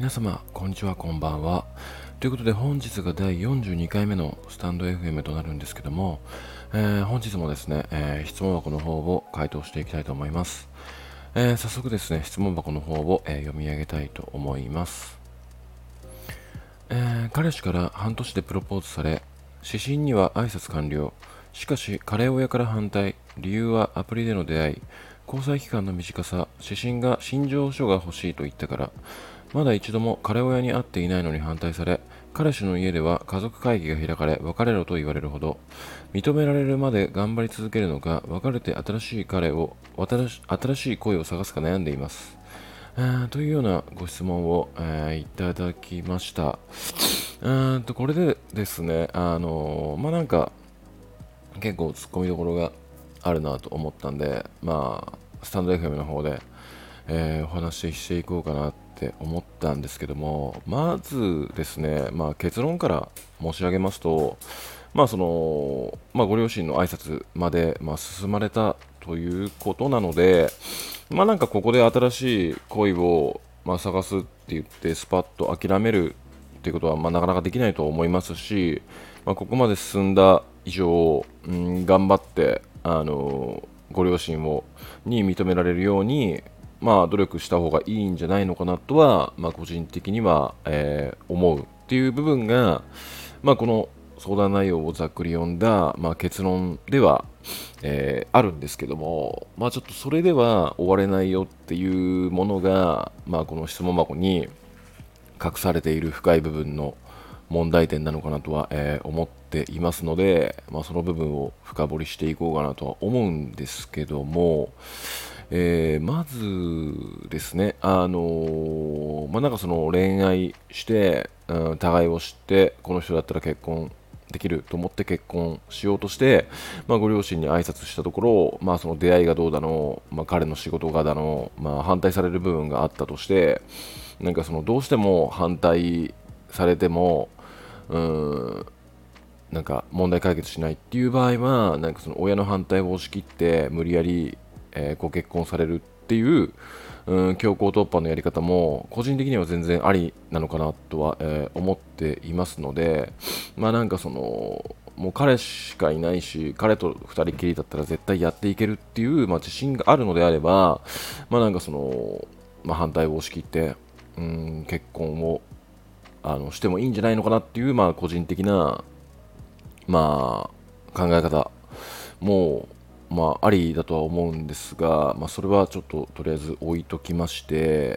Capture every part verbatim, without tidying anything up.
皆様こんにちは、こんばんは。ということで本日がだいよんじゅうにかいめのスタンド エフエム となるんですけども、えー本日もですね、えー質問箱の方を回答していきたいと思います。えー早速ですね、質問箱の方を、えー読み上げたいと思います。えー彼氏から半年でプロポーズされ、指針には挨拶完了。しかし、彼親から反対。理由はアプリでの出会い。交際期間の短さ、指針が心情書が欲しいと言ったから。まだ一度も彼親に会っていないのに反対され、彼氏の家では家族会議が開かれ、別れろと言われるほど、認められるまで頑張り続けるのか、別れて新しい彼を、新し新しい恋を探すか悩んでいます。えーというようなご質問を、えーいただきました。うーんとこれでですね、あのーまあなんか結構突っ込みどころがあるなと思ったんで、まあスタンド エフエム の方で、えーお話ししていこうかなって思ったんですけども、まずですね、まあ、結論から申し上げますと、まあそのまあ、ご両親の挨拶まで、まあ、進まれたということなので、まあなんかここで新しい恋を、まあ、探すって言ってスパッと諦めるっていうことは、まあ、なかなかできないと思いますし、まあ、ここまで進んだ以上、うん、頑張ってあのご両親をに認められるように、まあ、努力した方がいいんじゃないのかなとは、まあ、個人的には、えー思うっていう部分が、まあ、この相談内容をざっくり読んだ、まあ、結論では、えーあるんですけども、まあ、ちょっとそれでは終われないよっていうものが、まあ、この質問箱に隠されている深い部分の問題点なのかなとは、えー思っていますので、まあ、その部分を深掘りしていこうかなとは思うんですけども、えーまずですね、あのーまあ、なんかその恋愛して、うん、互いを知って、この人だったら結婚できると思って結婚しようとして、まあ、ご両親に挨拶したところ、まあ、その出会いがどうだの、まあ、彼の仕事がだの、まあ、反対される部分があったとして、なんかそのどうしても反対されても、うーん、なんか問題解決しないっていう場合は、なんかその親の反対を押し切って無理やり、えーご結婚されるっていう、うん、強行突破のやり方も個人的には全然ありなのかなとは、えー思っていますので、まあなんかそのもう彼しかいないし、彼と二人きりだったら絶対やっていけるっていう、まあ、自信があるのであれば、まあなんかその、まあ、反対を押し切って、うん、結婚をあのしてもいいんじゃないのかなっていう、まあ、個人的な、まあ、考え方も、まあ、ありだとは思うんですが、まあ、それはちょっととりあえず置いときまして、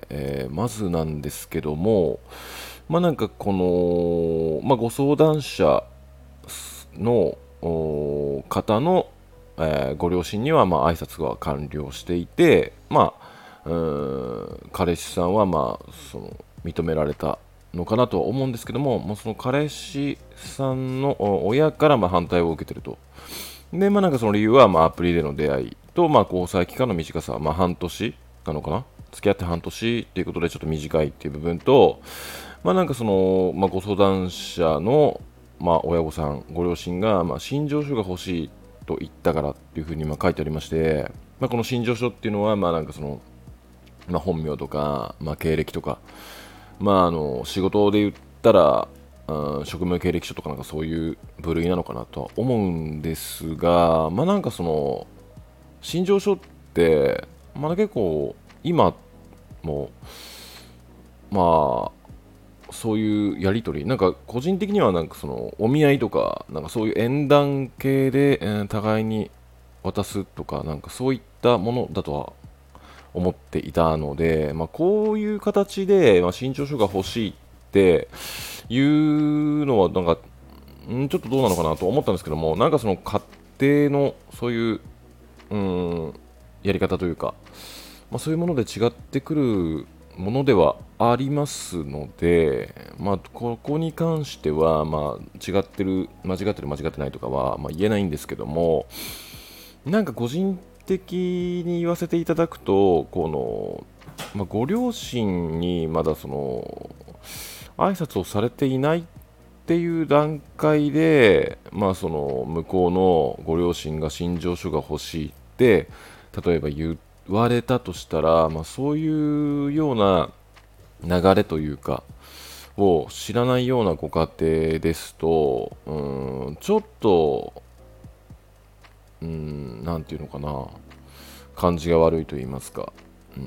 えーまずなんですけども、まあ、なんかこの、まあ、ご相談者のお方の、えーご両親にはまあ挨拶が完了していて、まあ、うーん彼氏さんはまあその認められたのかなとは思うんですけども、もうその彼氏さんのお親からまあ反対を受けていると。で、まあなんかその理由はまあアプリでの出会いと、まあ交際期間の短さ、まあ半年なのかな、付き合って半年っていうことでちょっと短いっていう部分と、まあなんかその、まあご相談者の、まあ親御さん、ご両親が、まあ心情書が欲しいと言ったからっていうふうにまあ書いてありまして、まあこの心情書っていうのは、まあなんかその、まあ本名とか、まあ経歴とか、まああの、仕事で言ったら、うん職務経歴書とかなんかそういう部類なのかなとは思うんですが、まあなんかその、心情書って、まだ結構今も、まあ、そういうやりとり、なんか個人的にはなんかそのお見合いとか、なんかそういう縁談系で、えー互いに渡すとか、なんかそういったものだとは思っていたので、まあ、こういう形で、まあ、身長書が欲しいっていうのは、なんか、んちょっとどうなのかなと思ったんですけども、なんかその家庭のそういう、うん、やり方というか、まあ、そういうもので違ってくるものではありますので、まあ、ここに関しては、まあ、違ってる、間違ってる、間違ってないとかは、まあ、言えないんですけども、なんか個人的に言わせていただくと、この、まあ、ご両親にまだその挨拶をされていないっていう段階で、まあ、その向こうのご両親が心情書が欲しいって例えば言われたとしたら、まあ、そういうような流れというかを知らないようなご家庭ですと、うーんちょっとうーんなんていうのかな、感じが悪いと言いますか、うん、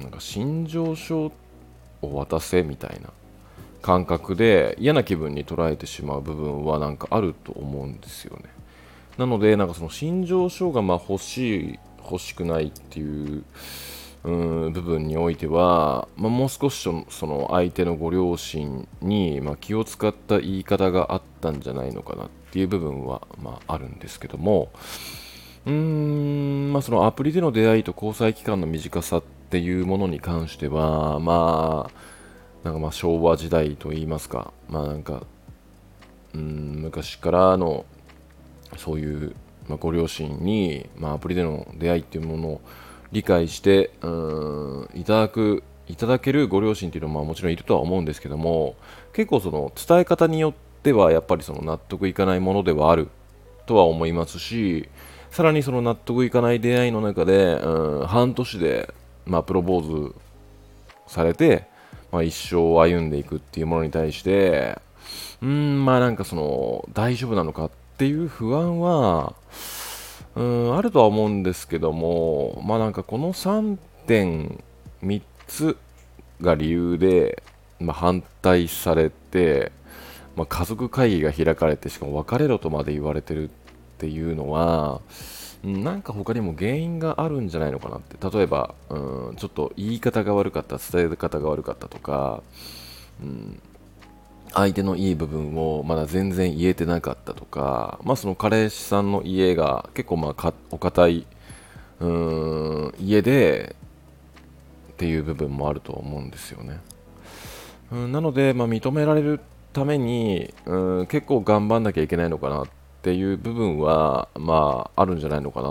なんか心情書を渡せみたいな感覚で嫌な気分に捉えてしまう部分はなんかあると思うんですよね。なのでなんかその心情書がまあ欲しい欲しくないっていううーん部分においては、まあ、もう少しそのその相手のご両親に、まあ、気を使った言い方があったんじゃないのかなっていう部分は、まあ、あるんですけども、うーん、まあ、そのアプリでの出会いと交際期間の短さっていうものに関しては、まあ、なんかまあ昭和時代といいますか、まあなんか、うーん、昔からのそういう、まあ、ご両親に、まあ、アプリでの出会いっていうものを理解して、うーん、いただく、いただけるご両親っていうのはまあもちろんいるとは思うんですけども、結構その伝え方によってはやっぱりその納得いかないものではあるとは思いますし、さらにその納得いかない出会いの中で、うん、半年で、まあ、プロポーズされて、まあ、一生を歩んでいくっていうものに対して、うーん、まあなんかその、大丈夫なのかっていう不安は、うーん、あるとは思うんですけども、まあなんかこのさんてん、みっつが理由で、まあ、反対されて、まあ、家族会議が開かれて、しかも別れろとまで言われてるっていうのは、うんなんか他にも原因があるんじゃないのかなって。例えば、うん、ちょっと言い方が悪かった、伝え方が悪かったとか、うん、相手のいい部分をまだ全然言えてなかったとか、まあその彼氏さんの家が結構まあかお堅い、うーん、家でっていう部分もあると思うんですよね。うん、なので、まあ、認められるために、うん、結構頑張んなきゃいけないのかなっていう部分は、まあ、あるんじゃないのかなって、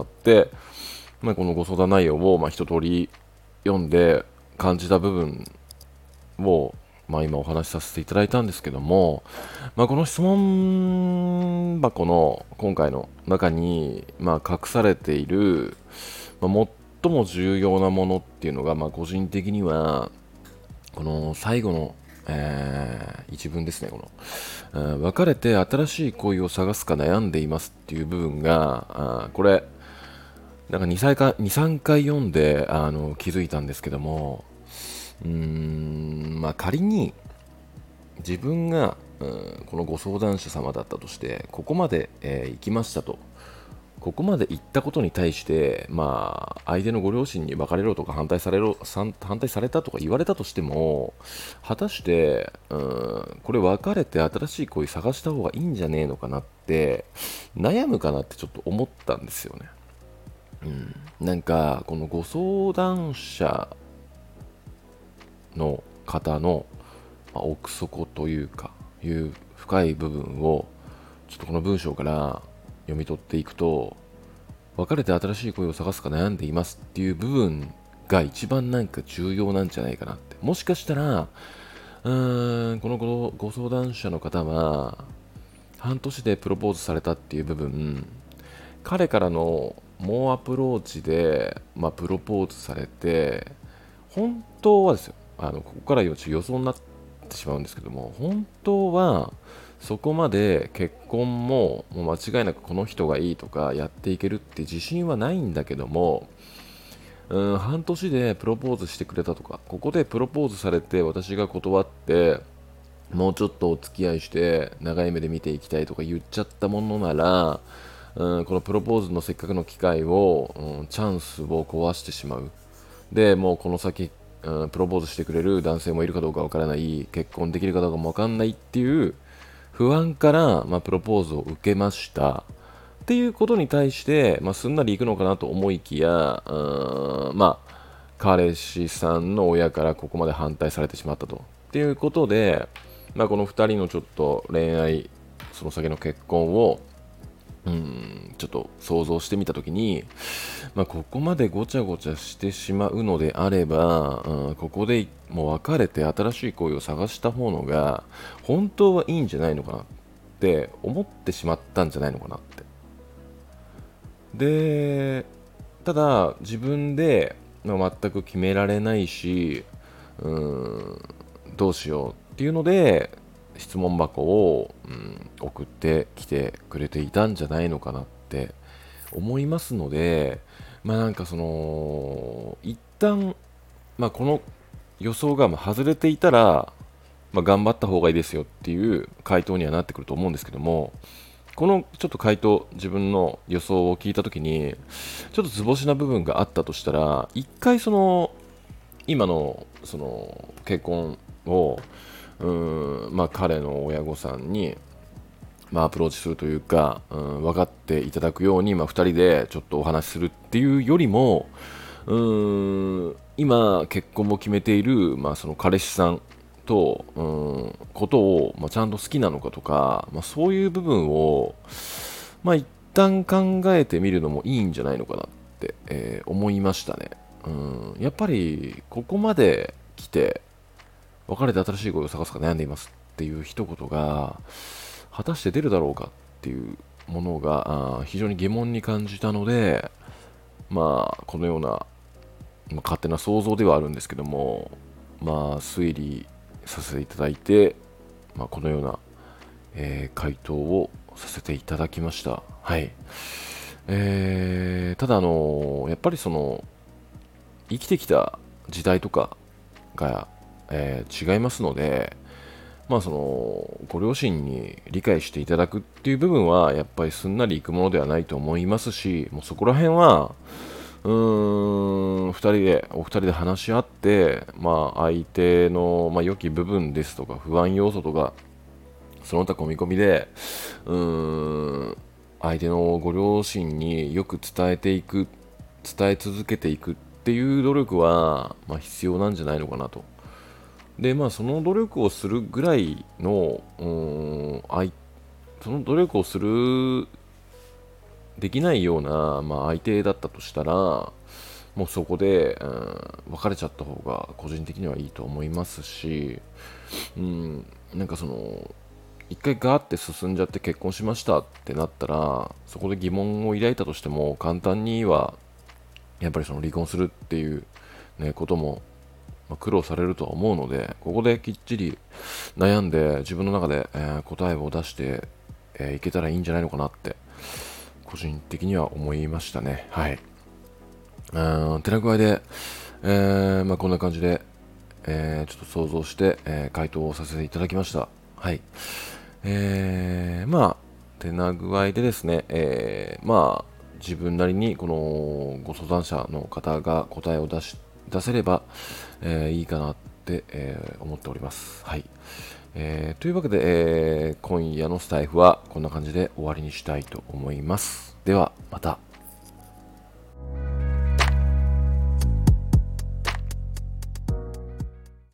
まあ、このご相談内容を、まあ、一通り読んで感じた部分を、まあ、今お話しさせていただいたんですけども、まあ、この質問箱の今回の中に、まあ、隠されている、まあ、最も重要なものっていうのが、まあ、個人的にはこの最後の、えー一文ですね、この、えー別れて新しい恋を探すか悩んでいますっていう部分が、あーこれ、なんかにさいかに、さんかい読んであの気づいたんですけども、うーん、まあ仮に自分が、うんこのご相談者様だったとして、ここまで、えー行きましたと。ここまで言ったことに対して、まあ、相手のご両親に別れろとか反対されろ、反反対されたとか言われたとしても、果たして、うん、これ別れて新しい恋探した方がいいんじゃねえのかなって、悩むかなってちょっと思ったんですよね。うん、なんか、このご相談者の方の、まあ、奥底というか、いう深い部分を、ちょっとこの文章から読み取っていくと、別れて新しい恋を探すか悩んでいますっていう部分が一番なんか重要なんじゃないかなって。もしかしたら、うーん、このごご相談者の方は、半年でプロポーズされたっていう部分、彼からの猛アプローチで、まあ、プロポーズされて、本当はですよ、あのここから予想になってしまうんですけども、本当はそこまで結婚ももう間違いなくこの人がいいとかやっていけるって自信はないんだけども、うん、半年でプロポーズしてくれたとか、ここでプロポーズされて私が断って、もうちょっとお付き合いして長い目で見ていきたいとか言っちゃったものなら、うん、このプロポーズのせっかくの機会を、うん、チャンスを壊してしまう。で、もうこの先、うん、プロポーズしてくれる男性もいるかどうかわからない、結婚できるかどうかもわかんないっていう不安から、まあ、プロポーズを受けました。っていうことに対して、まあ、すんなりいくのかなと思いきや、うーんまあ、彼氏さんの親からここまで反対されてしまったと。っていうことで、まあ、このふたりのちょっと恋愛、その先の結婚を、うん、ちょっと想像してみたときに、まあ、ここまでごちゃごちゃしてしまうのであれば、うん、ここでもう別れて新しい恋を探した方のが本当はいいんじゃないのかなって思ってしまったんじゃないのかなって。で、ただ自分で、まあ、全く決められないし、 うーんどうしようっていうので質問箱を、うん、送ってきてくれていたんじゃないのかなって思いますので、まあなんかその一旦、まあ、この予想がまあ外れていたら、まあ、頑張った方がいいですよっていう回答にはなってくると思うんですけども、このちょっと回答、自分の予想を聞いたときにちょっと図星な部分があったとしたら、一回その今のその結婚をうーん、まあ、彼の親御さんに、まあ、アプローチするというか、うん、分かっていただくように、まあ、ふたりでちょっとお話しするっていうよりも、うーん今結婚も決めている、まあ、その彼氏さんと、うん、ことを、まあ、ちゃんと好きなのかとか、まあ、そういう部分を、まあ、一旦考えてみるのもいいんじゃないのかなって、えー思いましたね。うん、やっぱりここまで来て別れて新しい恋を探すか悩んでいますっていう一言が果たして出るだろうかっていうものがあー非常に疑問に感じたので、まあこのような、まあ、勝手な想像ではあるんですけども、まあ推理させていただいて、まあ、このような、えー回答をさせていただきました。はい。えーただあのやっぱりその生きてきた時代とかが、えー違いますので、まあそのご両親に理解していただくっていう部分はやっぱりすんなりいくものではないと思いますし、もうそこら辺はうーんふたりでお二人で話し合って、まあ相手の、まあ、良き部分ですとか不安要素とかその他込み込みでうーん相手のご両親によく伝えていく伝え続けていくっていう努力は、まあ、必要なんじゃないのかなと。でまあその努力をするぐらいのうーん相その努力をするできないような、まあ、相手だったとしたらもうそこで、うん、別れちゃった方が個人的にはいいと思いますし、うん、なんかその一回ガーって進んじゃって結婚しましたってなったらそこで疑問を抱いたとしても簡単にはやっぱりその離婚するっていう、ね、こともまあ苦労されるとは思うので、ここできっちり悩んで自分の中で、えー答えを出して、えーいけたらいいんじゃないのかなって個人的には思いましたね。はい。うーんてな具合で、えーまあ、こんな感じで、えーちょっと想像して、えー回答をさせていただきました。はい。えー、まあ、てな具合でですね、えーまあ、自分なりにこのご相談者の方が答えを出し出せれば、えーいいかなって、えー思っております。はい。えーというわけで、えー今夜のスタイフはこんな感じで終わりにしたいと思います。では、また。